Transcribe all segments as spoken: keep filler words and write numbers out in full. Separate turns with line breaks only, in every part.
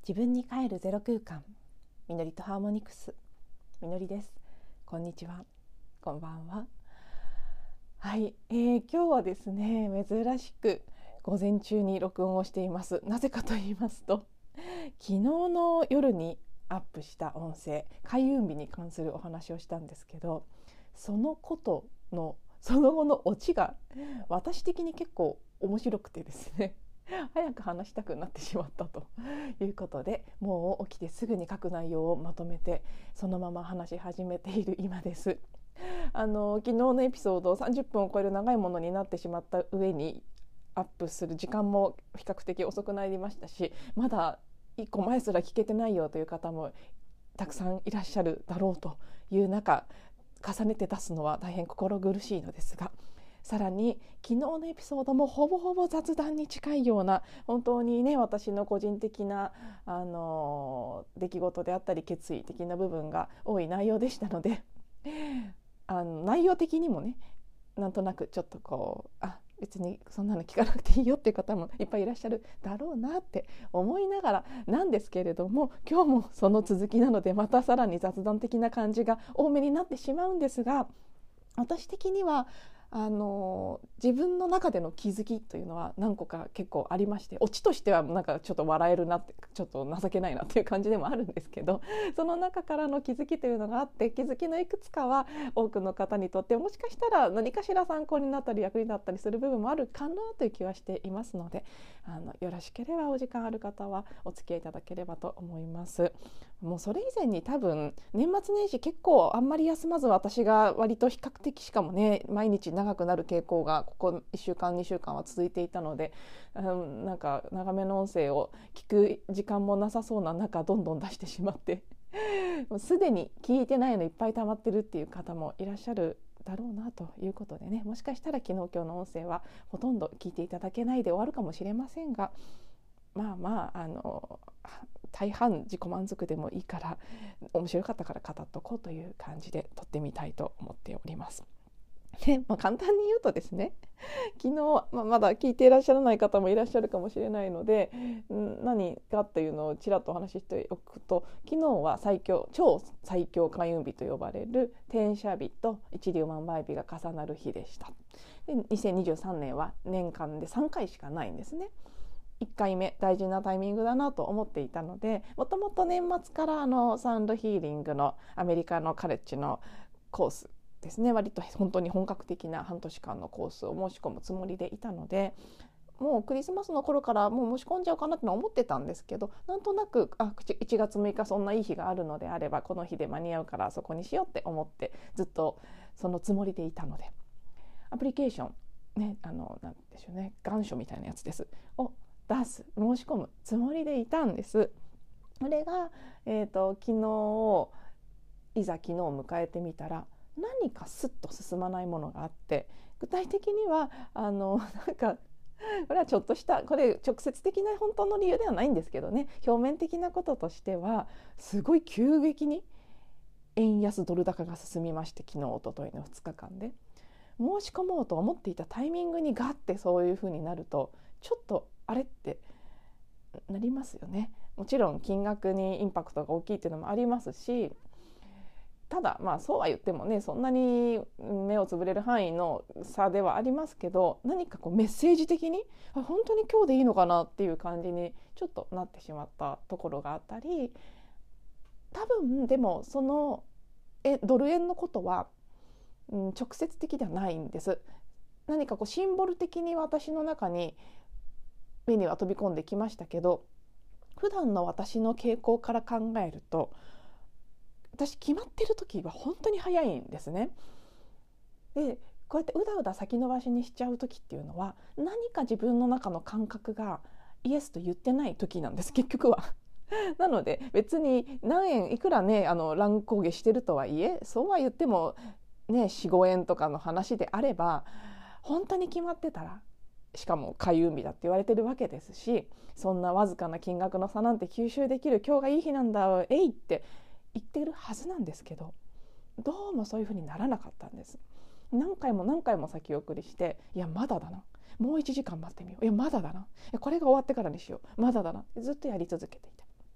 自分に帰るゼロ空間、みのりとハーモニクス、みのりです。こんにちは、こんばんは。はい、えー、今日はですね、珍しく午前中に録音をしています。なぜかと言いますと、昨日の夜にアップした音声、開運日に関するお話をしたんですけど、そのことのその後のオチが私的に結構面白くてですね早く話したくなってしまったということで、もう起きてすぐに書く内容をまとめてそのまま話し始めている今です。あの昨日のエピソードさんじゅっぷんを超える長いものになってしまった上に、アップする時間も比較的遅くなりましたし、まだいっこまえすら聞けてないよという方もたくさんいらっしゃるだろうという中、重ねて出すのは大変心苦しいのですが、さらに昨日のエピソードもほぼほぼ雑談に近いような、本当にね、私の個人的なあの出来事であったり決意的な部分が多い内容でしたので、あの内容的にもね、なんとなくちょっとこうあ別にそんなの聞かなくていいよっていう方もいっぱいいらっしゃるだろうなって思いながらなんですけれども、今日もその続きなのでまたさらに雑談的な感じが多めになってしまうんですが、私的にはあの自分の中での気づきというのは何個か結構ありまして、オチとしてはなんかちょっと笑えるなって、ちょっと情けないなっていう感じでもあるんですけど、その中からの気づきというのがあって、気づきのいくつかは多くの方にとってもしかしたら何かしら参考になったり役に立ったりする部分もあるかなという気はしていますので、あのよろしければお時間ある方はお付き合いいただければと思います。もうそれ以前に多分年末年始結構あんまり休まず、私が割と比較的しかもね毎日長くなる傾向がここいっしゅうかんにしゅうかんは続いていたので、うん、なんか長めの音声を聞く時間もなさそうな中どんどん出してしまってもうすでに聞いてないのいっぱい溜まってるっていう方もいらっしゃるだろうなということでね、もしかしたら昨日今日の音声はほとんど聞いていただけないで終わるかもしれませんが、まあまああの大半自己満足でもいいから面白かったから語っとこうという感じで撮ってみたいと思っております。で、まあ、簡単に言うとですね、昨日、まあ、まだ聞いていらっしゃらない方もいらっしゃるかもしれないので、ん何かというのをちらっとお話ししておくと、昨日は最強超最強開運日と呼ばれる天赦日と一粒万倍日が重なる日でした。でにせんにじゅうさんねんは年間でさんかいしかないんですね。いっかいめ大事なタイミングだなと思っていたので、もともと年末からあのサウンドヒーリングのアメリカのカレッジのコースですね、割と本当に本格的な半年間のコースを申し込むつもりでいたので、もうクリスマスの頃からもう申し込んじゃおうかなって思ってたんですけど、なんとなくあいちがつむいかそんないい日があるのであればこの日で間に合うからそこにしようって思ってずっとそのつもりでいたので、アプリケーションね、あのなんでしょうね、願書みたいなやつですを出す申し込むつもりでいたんです。それが、えーと、昨日いざ昨日を迎えてみたら何かスッと進まないものがあって、具体的にはあのなんかこれはちょっとしたこれ直接的な本当の理由ではないんですけどね、表面的なこととしてはすごい急激に円安ドル高が進みまして、昨日一昨日のふつかかんで申し込もうと思っていたタイミングにガッてそういう風になると、ちょっとあれってなりますよね。もちろん金額にインパクトが大きいっていうのもありますし、ただまあそうは言ってもね、そんなに目をつぶれる範囲の差ではありますけど、何かこうメッセージ的にあ本当に今日でいいのかなっていう感じにちょっとなってしまったところがあったり、多分でもそのえドル円のことは、うん、直接的ではないんです。何かこうシンボル的に私の中に目には飛び込んできましたけど、普段の私の傾向から考えると、私決まってる時は本当に早いんですね。でこうやってうだうだ先延ばしにしちゃう時っていうのは、何か自分の中の感覚がイエスと言ってない時なんです、結局は。なので別に何円いくらねあの乱高下してるとはいえ、そうは言ってもね よん,ご 円とかの話であれば、本当に決まってたら、しかも開運日だって言われてるわけですし、そんなわずかな金額の差なんて吸収できる、今日がいい日なんだえいって言ってるはずなんですけど、どうもそういう風にならなかったんです。何回も何回も先送りして、いやまだだな、もういちじかん待ってみよう、いやまだだな、これが終わってからにしよう、まだだな、ずっとやり続けていた。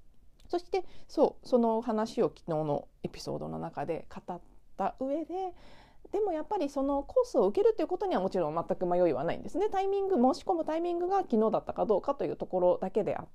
そしてそうその話を昨日のエピソードの中で語った上で、でもやっぱりそのコースを受けるということにはもちろん全く迷いはないんですね。タイミング申し込むタイミングが昨日だったかどうかというところだけであって、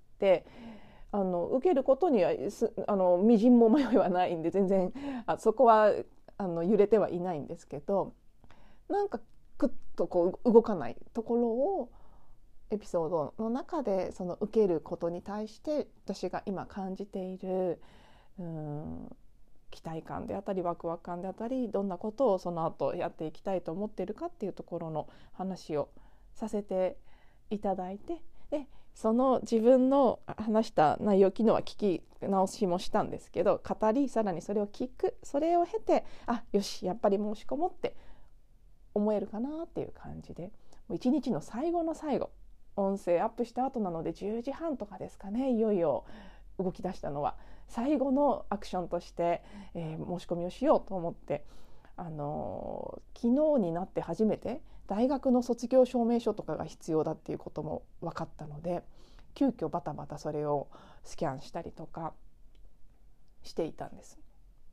あの受けることにはあのみじんも迷いはないんで、全然あそこはあの揺れてはいないんですけど、なんかクッとこう動かないところをエピソードの中でその受けることに対して私が今感じているうーん期待感であったりワクワク感であったり、どんなことをその後やっていきたいと思っているかっていうところの話をさせていただいて、でその自分の話した内容、昨日は聞き直しもしたんですけど、語りさらにそれを聞く、それを経てあよしやっぱり申し込もうって思えるかなっていう感じで、もう一日の最後の最後、音声アップした後なのでじゅうじはんとかですかね、いよいよ動き出したのは最後のアクションとして、えー、申し込みをしようと思って、あのー、昨日になって初めて大学の卒業証明書とかが必要だっていうことも分かったので、急遽バタバタそれをスキャンしたりとかしていたんです。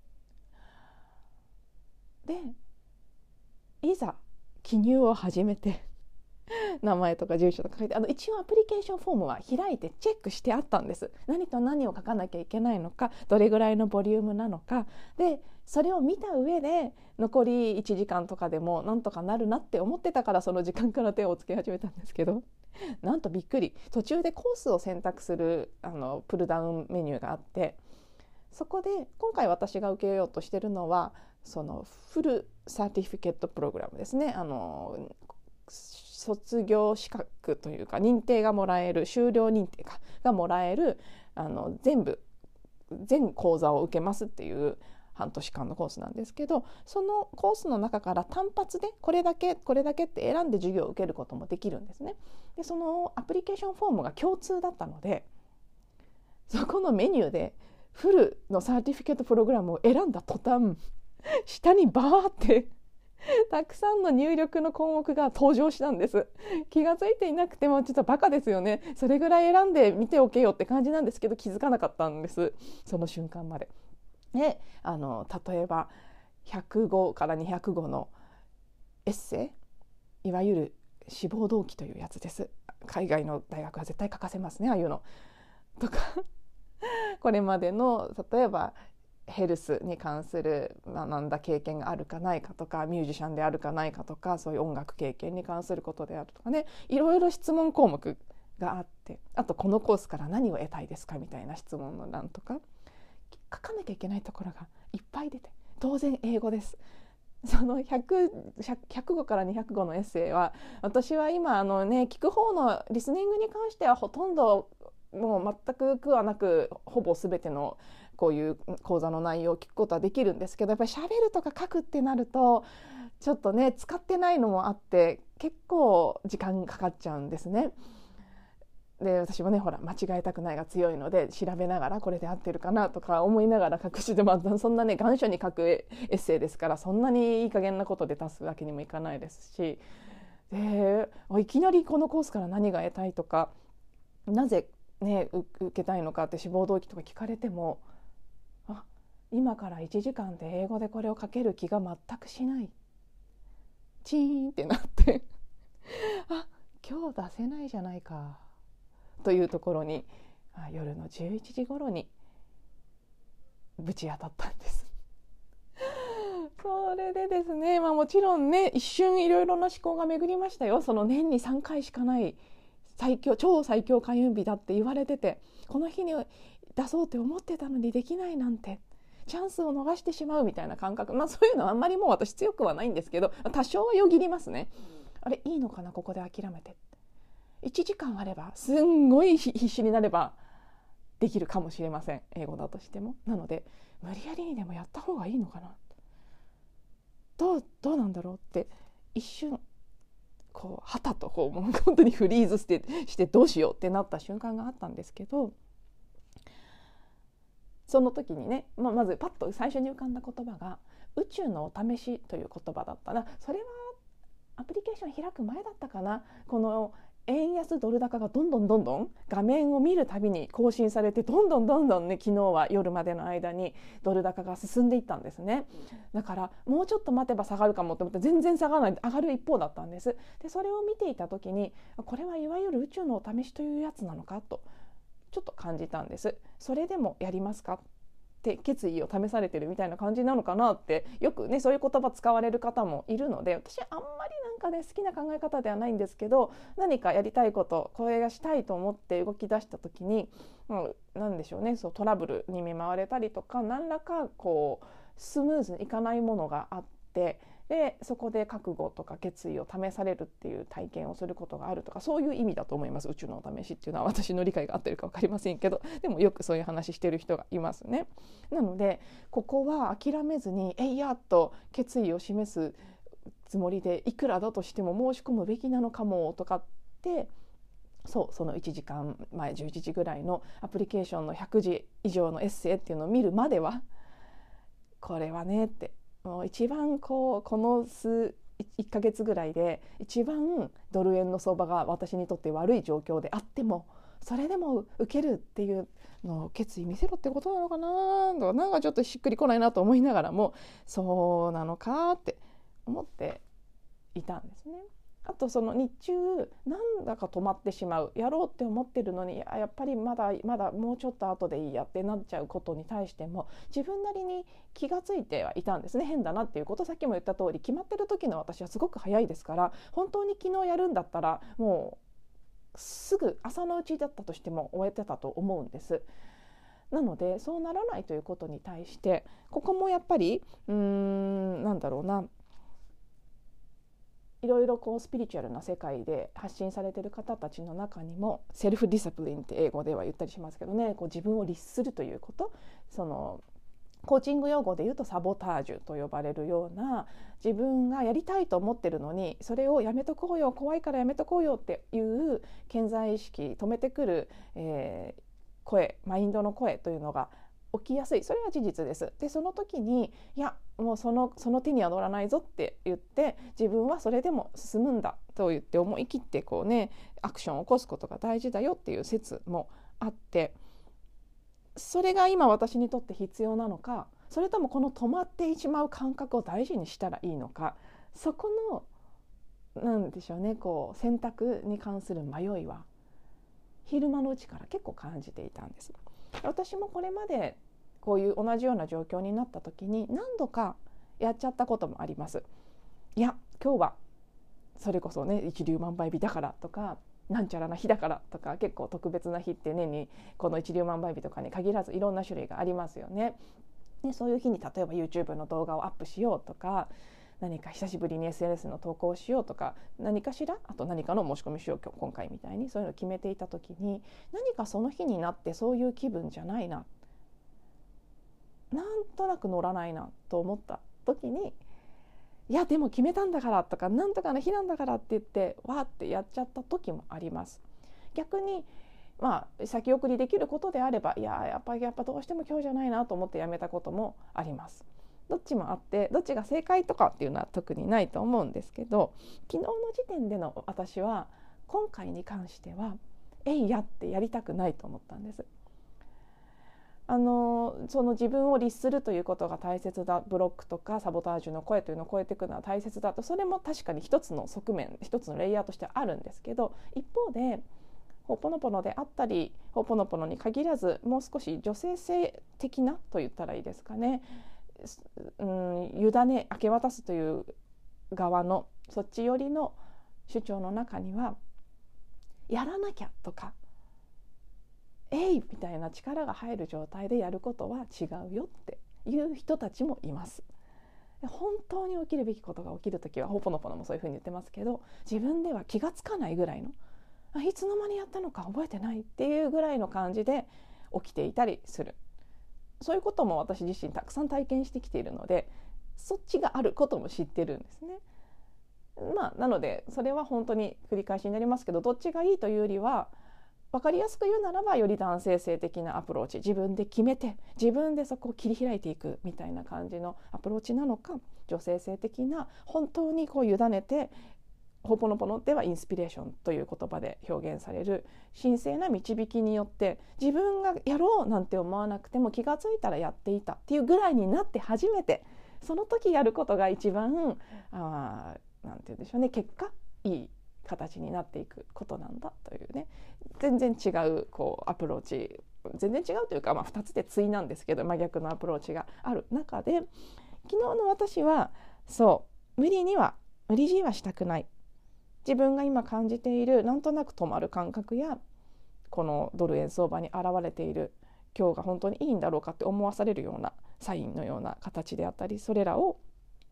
でいざ記入を始めて名前とか住所とか書いて、あの一応アプリケーションフォームは開いてチェックしてあったんです。何と何を書かなきゃいけないのか、どれぐらいのボリュームなのかで、それを見た上で残りいちじかんとかでもなんとかなるなって思ってたから、その時間から手をつけ始めたんですけど、なんとびっくり、途中でコースを選択するあのプルダウンメニューがあって、そこで今回私が受けようとしているのはそのフルサーティフィケットプログラムですね。あの卒業資格というか認定がもらえる、修了認定がもらえる、あの全部全講座を受けますっていう半年間のコースなんですけど、そのコースの中から単発でこれだけこれだけって選んで授業を受けることもできるんですね。でそのアプリケーションフォームが共通だったので、そこのメニューでフルのサーティフィケートプログラムを選んだ途端、下にバーってたくさんの入力の項目が登場したんです。気がついていなくてもちょっとバカですよね。それぐらい選んで見ておけよって感じなんですけど、気づかなかったんです、その瞬間まで。であの例えばひゃくごからにひゃくごのエッセイ、いわゆる志望動機というやつです。海外の大学は絶対書かせますね、ああいうのとかこれまでの例えばヘルスに関する学んだ経験があるかないかとか、ミュージシャンであるかないかとか、そういう音楽経験に関することであるとかね、いろいろ質問項目があって、あとこのコースから何を得たいですかみたいな質問の欄とか書かなきゃいけないところがいっぱい出て、当然英語です。そのひゃくごからにひゃくごのエッセイは、私は今あの、ね、聞く方のリスニングに関してはほとんどもう全く苦はなく、ほぼ全てのこういう講座の内容を聞くことはできるんですけど、やっぱり喋るとか書くってなるとちょっとね使ってないのもあって結構時間かかっちゃうんですね。で私もねほら間違えたくないが強いので、調べながらこれで合ってるかなとか思いながら書くし、でもそんなね願書に書くエッセイですから、そんなにいい加減なことで出すわけにもいかないですし、でいきなりこのコースから何が得たいとか、なぜね受けたいのかって志望動機とか聞かれても、あ今からいちじかんで英語でこれを書ける気が全くしない、チーンってなってあ今日出せないじゃないかというところに、夜のじゅういちじ頃にぶち当たったんですそれでですね、まあ、もちろんね一瞬いろいろな思考が巡りましたよ。その年にさんかいしかない最強超最強開運日だって言われてて、この日に出そうって思ってたのにできないなんて、チャンスを逃してしまうみたいな感覚、まあそういうのはあんまりもう私強くはないんですけど、多少はよぎりますね。あれいいのかな、ここで諦めて、いちじかんあればすんごい必死になればできるかもしれません、英語だとしても。なので無理やりにでもやった方がいいのかな、どうどうなんだろうって一瞬こうはたとこうもう本当にフリーズしてしてどうしようってなった瞬間があったんですけど、その時にね、まあ、まずパッと最初に浮かんだ言葉が宇宙のお試しという言葉だったな。それはアプリケーション開く前だったかな。この円安ドル高がどんどんどんどん画面を見るたびに更新されて、どんどんどんどんね、昨日は夜までの間にドル高が進んでいったんですね。だからもうちょっと待てば下がるかもと思って全然下がらないで上がる一方だったんです。でそれを見ていた時に、これはいわゆる宇宙のお試しというやつなのかとちょっと感じたんです。それでもやりますかって決意を試されてるみたいな感じなのかなって、よくねそういう言葉使われる方もいるので、私はあんまりなんかね好きな考え方ではないんですけど、何かやりたいこと、これがしたいと思って動き出した時に、うん、なんでしょうね、そうトラブルに見舞われたりとか、何らかこうスムーズにいかないものがあって、でそこで覚悟とか決意を試されるっていう体験をすることがあるとか、そういう意味だと思います。宇宙のお試しっていうのは私の理解が合ってるか分かりませんけど、でもよくそういう話してる人がいますね。なのでここは諦めずに、えいやっと決意を示すつもりで、いくらだとしても申し込むべきなのかもとかって、そうそのいちじかんまえじゅういちじぐらいのアプリケーションのひゃくじ以上のエッセイっていうのを見るまでは、これはねって、もう一番こうこの数いっかげつぐらいで一番ドル円の相場が私にとって悪い状況であっても、それでも受けるっていうのを決意見せろってことなのかなと、なんかちょっとしっくりこないなと思いながらも、そうなのかって思っていたんですね。あとその日中なんだか止まってしまう、やろうって思ってるのに、やっぱりまだまだもうちょっと後でいいやってなっちゃうことに対しても、自分なりに気がついてはいたんですね。変だなっていうこと、さっきも言った通り決まってる時の私はすごく早いですから、本当に昨日やるんだったらもうすぐ朝のうちだったとしても終えてたと思うんです。なのでそうならないということに対して、ここもやっぱりうーんなんだろうな、いろいろこうスピリチュアルな世界で発信されている方たちの中にも、セルフディスプリンって英語では言ったりしますけどね、こう自分を律するということ、そのコーチング用語で言うとサボタージュと呼ばれるような、自分がやりたいと思ってるのにそれをやめとこうよ、怖いからやめとこうよっていう潜在意識、止めてくる、えー、声、マインドの声というのが起きやすい。それは事実です。でその時に、いやもうその、その手には乗らないぞって言って、自分はそれでも進むんだと言って思い切ってこうねアクションを起こすことが大事だよっていう説もあって、それが今私にとって必要なのか、それともこの止まってしまう感覚を大事にしたらいいのか、そこのなんでしょうね、こう選択に関する迷いは昼間のうちから結構感じていたんです。私もこれまでこういう同じような状況になった時に何度かやっちゃったこともあります。いや今日はそれこそね一粒万倍日だからとか、なんちゃらな日だからとか、結構特別な日って年にこの一粒万倍日とかに限らずいろんな種類がありますよね。でそういう日に例えば YouTube の動画をアップしようとか、何か久しぶりに エスエヌエス の投稿をしようとか、何かしらあと何かの申し込みしよう今回みたいに、そういうのを決めていた時に、何かその日になってそういう気分じゃないな、なんとなく乗らないなと思った時に、いやでも決めたんだからとか、なんとかの日なんだからって言ってわーってやっちゃった時もあります。逆にまあ先送りできることであれば、いややっぱりやっぱどうしても今日じゃないなと思ってやめたこともあります。どっちもあって、どっちが正解とかっていうのは特にないと思うんですけど、昨日の時点での私は今回に関してはえいやってやりたくないと思ったんです。あのその自分を律するということが大切だ、ブロックとかサボタージュの声というのを超えていくのは大切だと、それも確かに一つの側面、一つのレイヤーとしてあるんですけど、一方でホーポノポノであったり、ホーポノポノに限らずもう少し女性性的なと言ったらいいですかね、うん、委ね明け渡すという側のそっち寄りの主張の中には、やらなきゃとかえいみたいな力が入る状態でやることは違うよっていう人たちもいます。本当に起きるべきことが起きるときは、ホポノポノもそういうふうに言ってますけど、自分では気がつかないぐらいの、あいつの間にやったのか覚えてないっていうぐらいの感じで起きていたりする。そういうことも私自身たくさん体験してきているので、そっちがあることも知ってるんですね。まあなのでそれは本当に繰り返しになりますけど、どっちがいいというよりは、分かりやすく言うならばより男性性的なアプローチ、自分で決めて自分でそこを切り開いていくみたいな感じのアプローチなのか、女性性的な本当にこう委ねてホポノポノではインスピレーションという言葉で表現される神聖な導きによって自分がやろうなんて思わなくても気がついたらやっていたっていうぐらいになって初めてその時やることが一番あなんて言うんでしょうね結果いい形になっていくことなんだというね全然違うこうアプローチ全然違うというか、まあ、ふたつで対なんですけど真逆のアプローチがある中で昨日の私はそう無理には無理強いはしたくない自分が今感じているなんとなく止まる感覚やこのドル円相場に現れている今日が本当にいいんだろうかって思わされるようなサインのような形であったりそれらを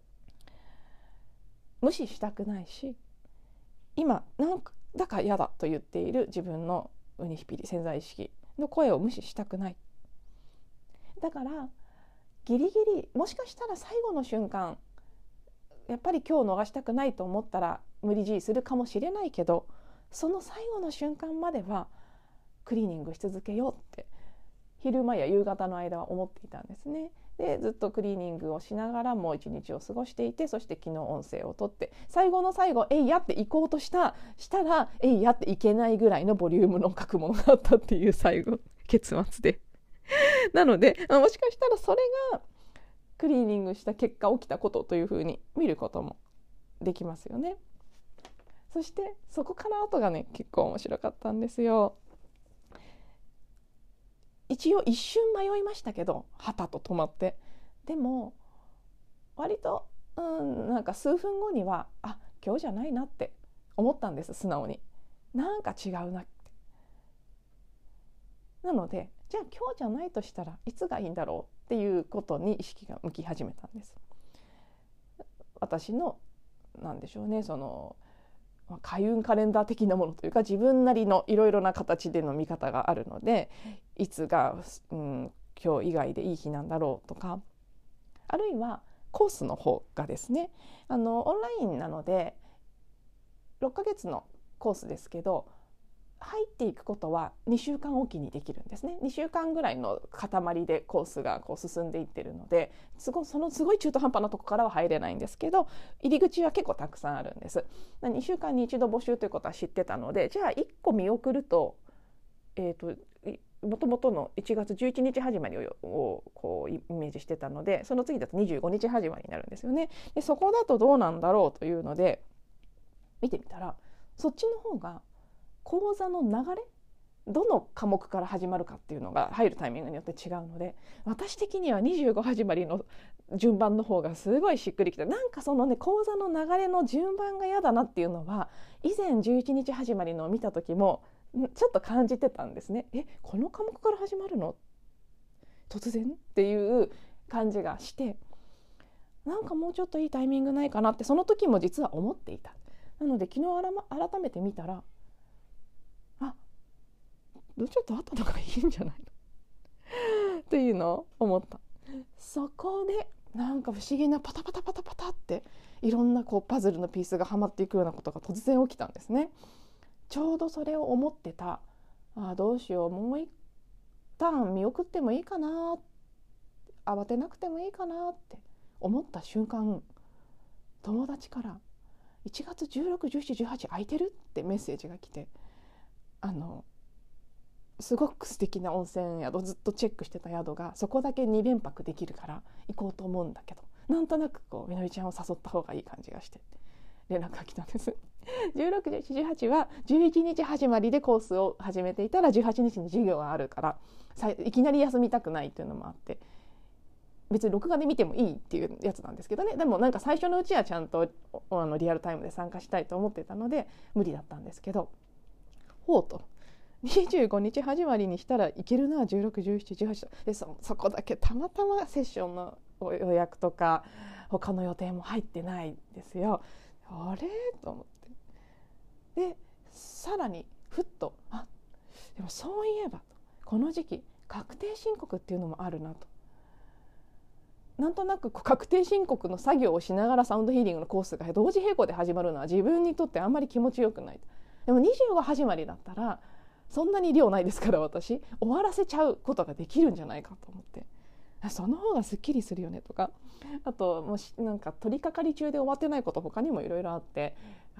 無視したくないし今なんだか嫌だと言っている自分のウニヒピリ潜在意識の声を無視したくないだからギリギリもしかしたら最後の瞬間やっぱり今日逃したくないと思ったら無理強いするかもしれないけどその最後の瞬間まではクリーニングし続けようって昼間や夕方の間は思っていたんですね。でずっとクリーニングをしながらもう一日を過ごしていてそして昨日音声を取って最後の最後えいやって行こうとしたしたらえいやっていけないぐらいのボリュームの書くものがあったっていう最後結末でなのでもしかしたらそれがクリーニングした結果起きたことというふうに見ることもできますよね。そしてそこから後がね結構面白かったんですよ。一応一瞬迷いましたけどはたと止まってでも割とうんなんか数分後にはあ今日じゃないなって思ったんです素直になんか違うなってなのでじゃあ今日じゃないとしたらいつがいいんだろうっていうことに意識が向き始めたんです。私のなんでしょうねその開運カレンダー的なものというか自分なりのいろいろな形での見方があるのでいつが、うん、今日以外でいい日なんだろうとかあるいはコースの方がですねあのオンラインなのでろっかげつのコースですけど入っていくことはにしゅうかんおきにできるんですね。にしゅうかんぐらいの塊でコースがこう進んでいってるのですごそのすごい中途半端なとこからは入れないんですけど入り口は結構たくさんあるんです。にしゅうかんに一度募集ということは知ってたのでじゃあいっこ見送るとえっともともとのいちがつじゅういちにち始まりをこうイメージしてたのでその次だとにじゅうごにち始まりになるんですよね。でそこだとどうなんだろうというので見てみたらそっちの方が講座の流れどの科目から始まるかっていうのが入るタイミングによって違うので私的にはにじゅうご始まりの順番の方がすごいしっくりきてなんかそのね講座の流れの順番が嫌だなっていうのは以前じゅういちにち始まりのを見た時もちょっと感じてたんですね。えこの科目から始まるの突然っていう感じがしてなんかもうちょっといいタイミングないかなってその時も実は思っていた。なので昨日改めて見たらちょっと後のがいいんじゃないのっていうのを思った。そこでなんか不思議なパタパタパタパタっていろんなこうパズルのピースがはまっていくようなことが突然起きたんですね。ちょうどそれを思ってたあどうしようもう一旦見送ってもいいかな慌てなくてもいいかなって思った瞬間友達からいちがつじゅうろく、じゅうしち、じゅうはち空いてるってメッセージが来てあのすごく素敵な温泉宿ずっとチェックしてた宿がそこだけに連泊できるから行こうと思うんだけどなんとなくこうみのりちゃんを誘った方がいい感じがして連絡が来たんですじゅうろく、じゅうしち、じゅうはちはじゅういちにち始まりでコースを始めていたらじゅうはちにちに授業があるからさいきなり休みたくないっていうのもあって別に録画で見てもいいっていうやつなんですけどねでもなんか最初のうちはちゃんとあのリアルタイムで参加したいと思ってたので無理だったんですけどほうとにじゅうごにち始まりにしたらいけるなじゅうろく、じゅうしち、じゅうはちで そ, そこだけたまたまセッションの予約とか他の予定も入ってないんですよ。あれと思ってでさらにふっとあでもそういえばこの時期確定申告っていうのもあるなとなんとなく確定申告の作業をしながらサウンドヒーリングのコースが同時並行で始まるのは自分にとってあんまり気持ちよくない。でもにじゅうご始まりだったらそんなに量ないですから私終わらせちゃうことができるんじゃないかと思ってその方がすっきりするよねとかあともしなんか取り掛かり中で終わってないこと他にもいろいろあってあの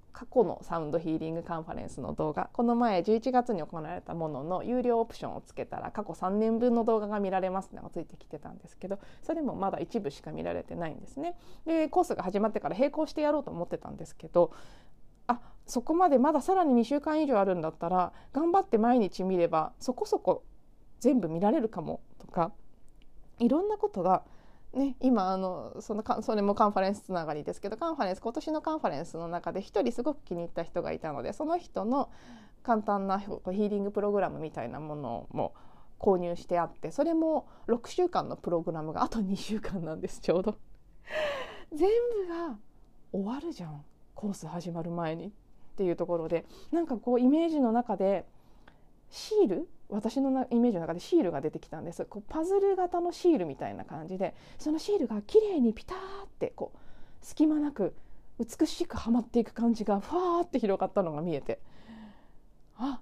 過去のサウンドヒーリングカンファレンスの動画、この前じゅういちがつに行われたものの有料オプションをつけたら過去さんねんぶんの動画が見られますのがついてきてたんですけど、それもまだ一部しか見られてないんですね。でコースが始まってから並行してやろうと思ってたんですけど、あそこまでまださらににしゅうかん以上あるんだったら頑張って毎日見ればそこそこ全部見られるかもとか、いろんなことがね、今あの そのかそれもカンファレンスつながりですけど、カンファレンス今年のカンファレンスの中で一人すごく気に入った人がいたので、その人の簡単なヒーリングプログラムみたいなものも購入してあって、それもろくしゅうかんのプログラムがあとにしゅうかんなんです。ちょうど全部が終わるじゃん、コース始まる前にっていうところで、なんかこうイメージの中でシール、私のイメージの中でシールが出てきたんです。こうパズル型のシールみたいな感じで、そのシールが綺麗にピターってこう隙間なく美しくはまっていく感じがファーって広がったのが見えて、あ、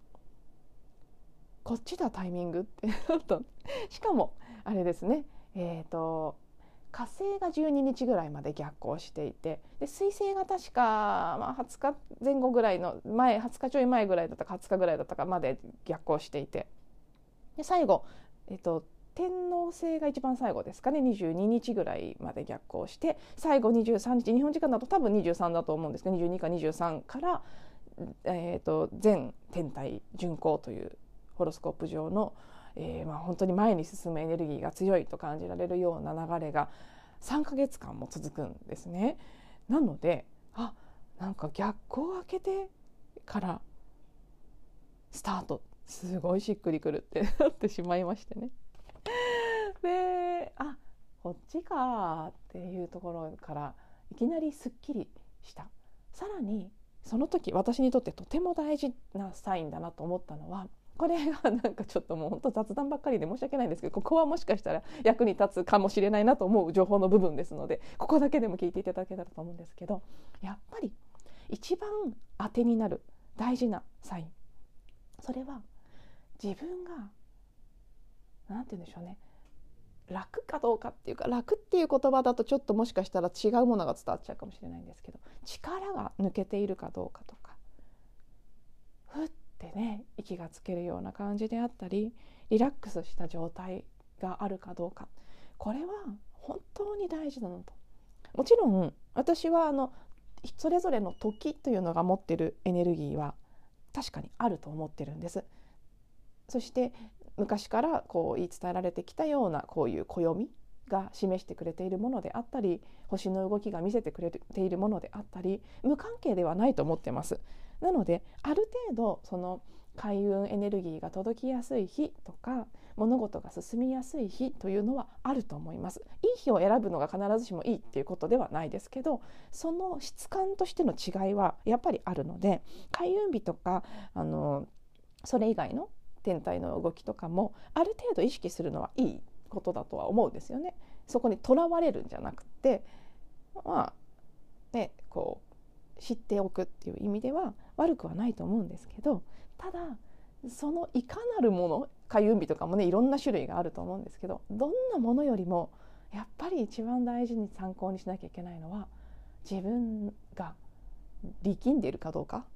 こっちだタイミングってなった。しかもあれですね、えーと火星がじゅうににちぐらいまで逆行していて、で水星が確か、まあ、はつかぜん後ぐらいの前はつかちょい前ぐらいだったかはつかぐらいだったかまで逆行していて、で最後、えっと、天王星が一番最後ですかね、にじゅうににちぐらいまで逆行して、最後にじゅうさんにち、日本時間だと多分にじゅうさんだと思うんですけど、にじゅうにかにじゅうさんから、えー、と全天体巡行というホロスコープ上のえーまあ、本当に前に進むエネルギーが強いと感じられるような流れがさんかげつかんも続くんですね。なので、あ、なんか逆行を開けてからスタート、すごいしっくりくるってなってしまいましてね。で、あ、こっちかっていうところからいきなりすっきりした。さらにその時私にとってとても大事なサインだなと思ったのは、これがなんかちょっともう本当雑談ばっかりで申し訳ないんですけど、ここはもしかしたら役に立つかもしれないなと思う情報の部分ですので、ここだけでも聞いていただけたらと思うんですけど、やっぱり一番当てになる大事なサイン、それは自分がなんて言うんでしょうね、楽かどうかっていうか、楽っていう言葉だとちょっともしかしたら違うものが伝わっちゃうかもしれないんですけど、力が抜けているかどうかとか、ふっでね、息がつけるような感じであったり、リラックスした状態があるかどうか、これは本当に大事なのと。もちろん私はあのそれぞれの時というのが持っているエネルギーは確かにあると思ってるんです。そして昔からこう言い伝えられてきたようなこういう暦が示してくれているものであったり、星の動きが見せてくれているものであったり、無関係ではないと思ってます。なのである程度その開運エネルギーが届きやすい日とか、物事が進みやすい日というのはあると思います。いい日を選ぶのが必ずしもいいっていうことではないですけど、その質感としての違いはやっぱりあるので、開運日とかあのそれ以外の天体の動きとかもある程度意識するのはいいことだとは思うんですよね。そこにとらわれるんじゃなくて、まあね、こう知っておくっていう意味では悪くはないと思うんですけど、ただそのいかなるもの、開運日とかもねいろんな種類があると思うんですけど、どんなものよりもやっぱり一番大事に参考にしなきゃいけないのは、自分が力んでいるかどうか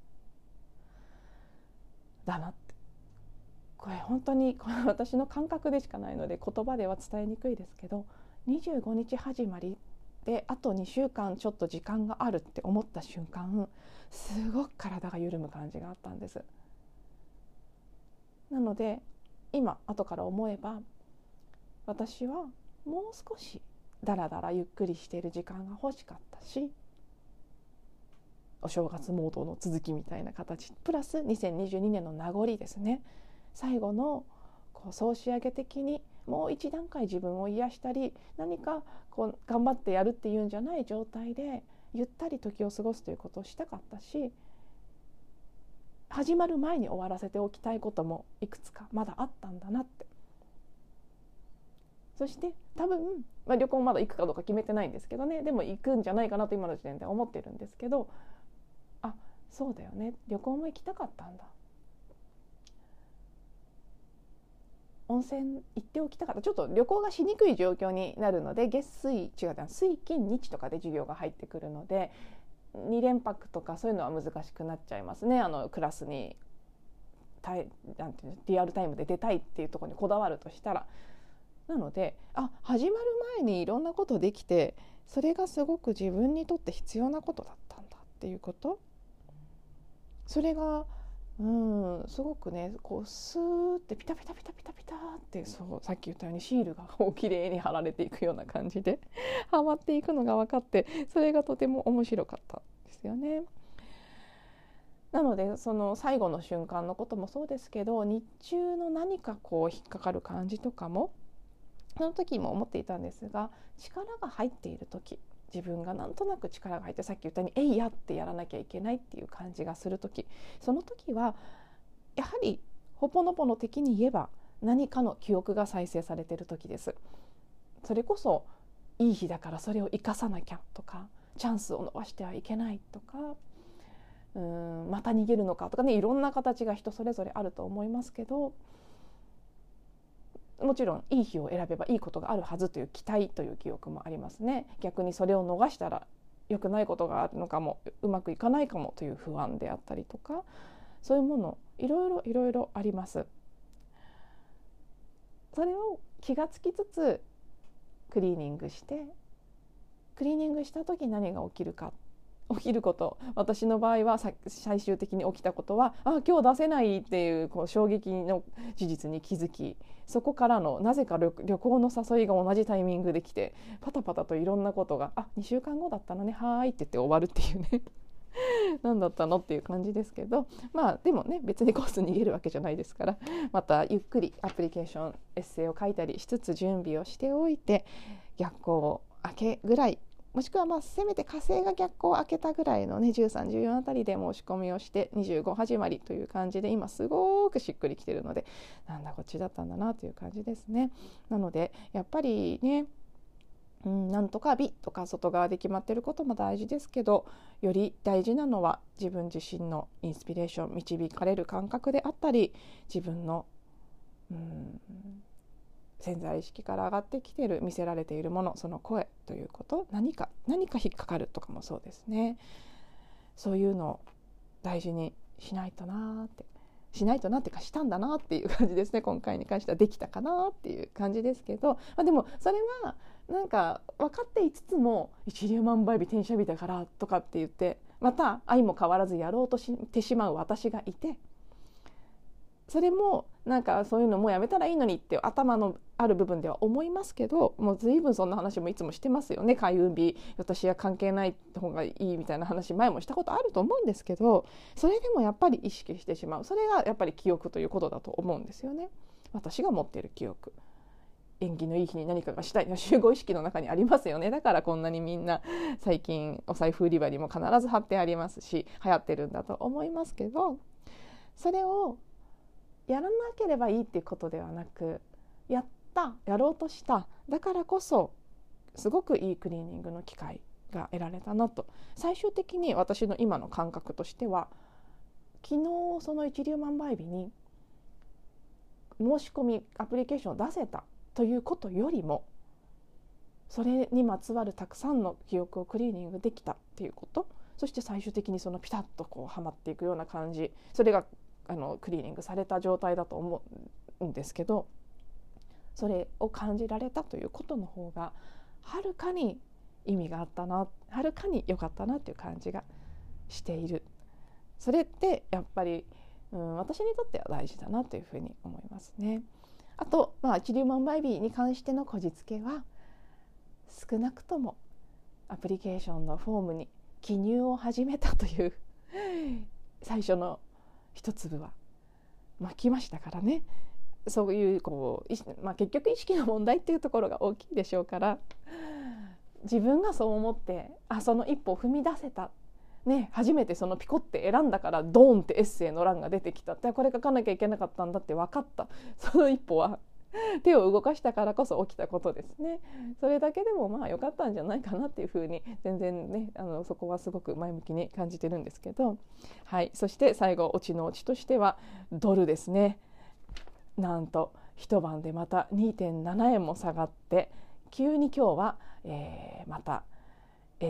だなって。これ本当にこれ私の感覚でしかないので言葉では伝えにくいですけど、にじゅうごにち始まりであとにしゅうかんちょっと時間があるって思った瞬間、すごく体が緩む感じがあったんです。なので今後から思えば、私はもう少しだらだらゆっくりしている時間が欲しかったし、お正月モードの続きみたいな形プラスにせんにじゅうにねんの名残ですね、最後のこう総仕上げ的にもう一段階自分を癒したり、何かこう頑張ってやるっていうんじゃない状態でゆったり時を過ごすということをしたかったし、始まる前に終わらせておきたいこともいくつかまだあったんだなって。そして多分、まあ、旅行まだ行くかどうか決めてないんですけどね、でも行くんじゃないかなと今の時点で思ってるんですけど、あ、そうだよね、旅行も行きたかったんだ、温泉行っておきたかった。ちょっと旅行がしにくい状況になるので、月水違う水金日とかで授業が入ってくるので、 に連泊とかそういうのは難しくなっちゃいますね。あのクラスにタイなんていうのリアルタイムで出たいっていうところにこだわるとしたら、なのであ始まる前にいろんなことできて、それがすごく自分にとって必要なことだったんだっていうこと、それがうんすごくねこうスーってピタピタピタピタピタってそうさっき言ったようにシールがこう綺麗に貼られていくような感じではまっていくのが分かって、それがとても面白かったですよね。なのでその最後の瞬間のこともそうですけど、日中の何かこう引っかかる感じとかもその時も思っていたんですが、力が入っている時、自分がなんとなく力が入って、さっき言ったようにえいやってやらなきゃいけないっていう感じがする時、その時はやはりほぽのぽの的に言えば何かの記憶が再生されている時です。それこそいい日だからそれを生かさなきゃとか、チャンスを逃してはいけないとか、うーんまた逃げるのかとかね、いろんな形が人それぞれあると思いますけど、もちろんいい日を選べばいいことがあるはずという期待という記憶もありますね。逆にそれを逃したら良くないことがあるのかも、うまくいかないかもという不安であったりとか、そういうものいろいろいろいろあります。それを気がつきつつクリーニングして、クリーニングした時何が起きるか、起きること、私の場合は最終的に起きたことはあ今日出せないっていう、こう衝撃の事実に気づき、そこからのなぜか 旅, 旅行の誘いが同じタイミングで来て、パタパタといろんなことがあにしゅうかんごだったのねはーいって言って終わるっていうね何だったのっていう感じですけど、まあでもね別にコース逃げるわけじゃないですから、またゆっくりアプリケーションエッセイを書いたりしつつ準備をしておいて、逆行明けぐらい、もしくはまあせめて火星が逆行を開けたぐらいのねじゅうさん、じゅうよんあたりで申し込みをしてにじゅうご始まりという感じで、今すごくしっくりきてるので、なんだこっちだったんだなという感じですね。なのでやっぱりね、うん、なんとか美とか外側で決まってることも大事ですけど、より大事なのは自分自身のインスピレーション、導かれる感覚であったり、自分のうん潜在意識から上がってきている、見せられているもの、その声ということ、何か何か引っかかるとかもそうですね。そういうのを大事にしないとなってしないとなってかしたんだなっていう感じですね。今回に関してはできたかなっていう感じですけど、まあ、でもそれはなんか分かっていつつも一粒万倍日転写日だからとかって言ってまた相も変わらずやろうとしてしまう私がいて、それもなんかそういうのもうやめたらいいのにって頭のある部分では思いますけど、もう随分そんな話もいつもしてますよね。開運日私は関係ない方がいいみたいな話前もしたことあると思うんですけど、それでもやっぱり意識してしまう、それがやっぱり記憶ということだと思うんですよね。私が持っている記憶、縁起のいい日に何かがしたい集合意識の中にありますよね。だからこんなにみんな最近お財布売り場にも必ず貼ってありますし、流行ってるんだと思いますけど、それをやらなければいいっていうことではなく、やったやろうとしただからこそすごくいいクリーニングの機会が得られたなと。最終的に私の今の感覚としては、昨日その一粒万倍日に申し込みアプリケーションを出せたということよりも、それにまつわるたくさんの記憶をクリーニングできたっていうこと、そして最終的にそのピタッとこうはまっていくような感じ、それがあのクリーニングされた状態だと思うんですけど、それを感じられたということの方がはるかに意味があったな、はるかに良かったなという感じがしている。それってやっぱり、うん、私にとっては大事だなというふうに思いますね。あと、まあ、一粒万倍日に関してのこじつけは、少なくともアプリケーションのフォームに記入を始めたという最初の一粒は巻きましたからね。そういうこう、まあ、結局意識の問題っていうところが大きいでしょうから、自分がそう思ってあその一歩を踏み出せた、ね、初めてそのピコって選んだからドーンってエッセイの欄が出てきたって、これ書かなきゃいけなかったんだって分かった、その一歩は手を動かしたからこそ起きたことですね。それだけでもまあ良かったんじゃないかなっていうふうに全然ね、あのそこはすごく前向きに感じてるんですけど、はい。そして最後オチのオチとしてはドルですね。なんと一晩でまた にてんななえんも下がって、急に今日は、えー、また円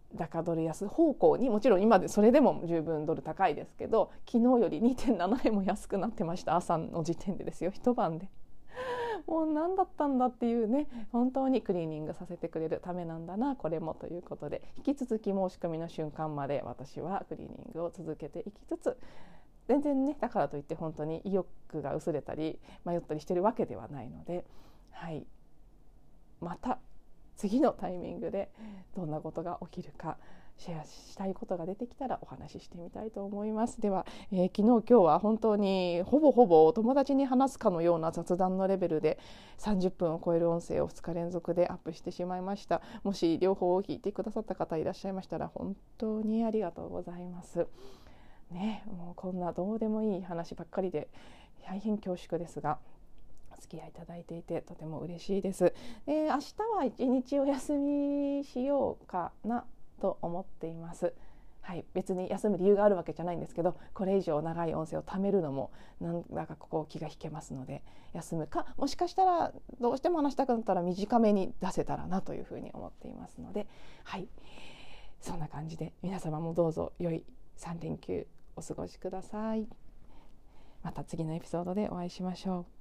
高ドル安方向に、もちろん今でそれでも十分ドル高いですけど、昨日より にてんなな 円も安くなってました。朝の時点でですよ、一晩で。もう何だったんだっていうね、本当にクリーニングさせてくれるためなんだなこれもということで、引き続き申し込みの瞬間まで私はクリーニングを続けていきつつ、全然ねだからといって本当に意欲が薄れたり迷ったりしてるわけではないので、はい、また次のタイミングでどんなことが起きるかシェアしたいことが出てきたらお話ししてみたいと思います。では、えー、昨日今日は本当にほぼほぼ友達に話すかのような雑談のレベルでさんじゅっぷんを超える音声をふつか連続でアップしてしまいました。もし両方を聞いてくださった方いらっしゃいましたら本当にありがとうございます。ね、もうこんなどうでもいい話ばっかりで大変恐縮ですが、お付き合いいただいていてとても嬉しいです。えー、明日は一日お休みしようかなと思っています。はい、別に休む理由があるわけじゃないんですけど、これ以上長い音声を貯めるのもなんだかここ気が引けますので、休むか、もしかしたらどうしても話したくなったら短めに出せたらなというふうに思っていますので、はい、そんな感じで皆様もどうぞ良いさん連休お過ごしください。また次のエピソードでお会いしましょう。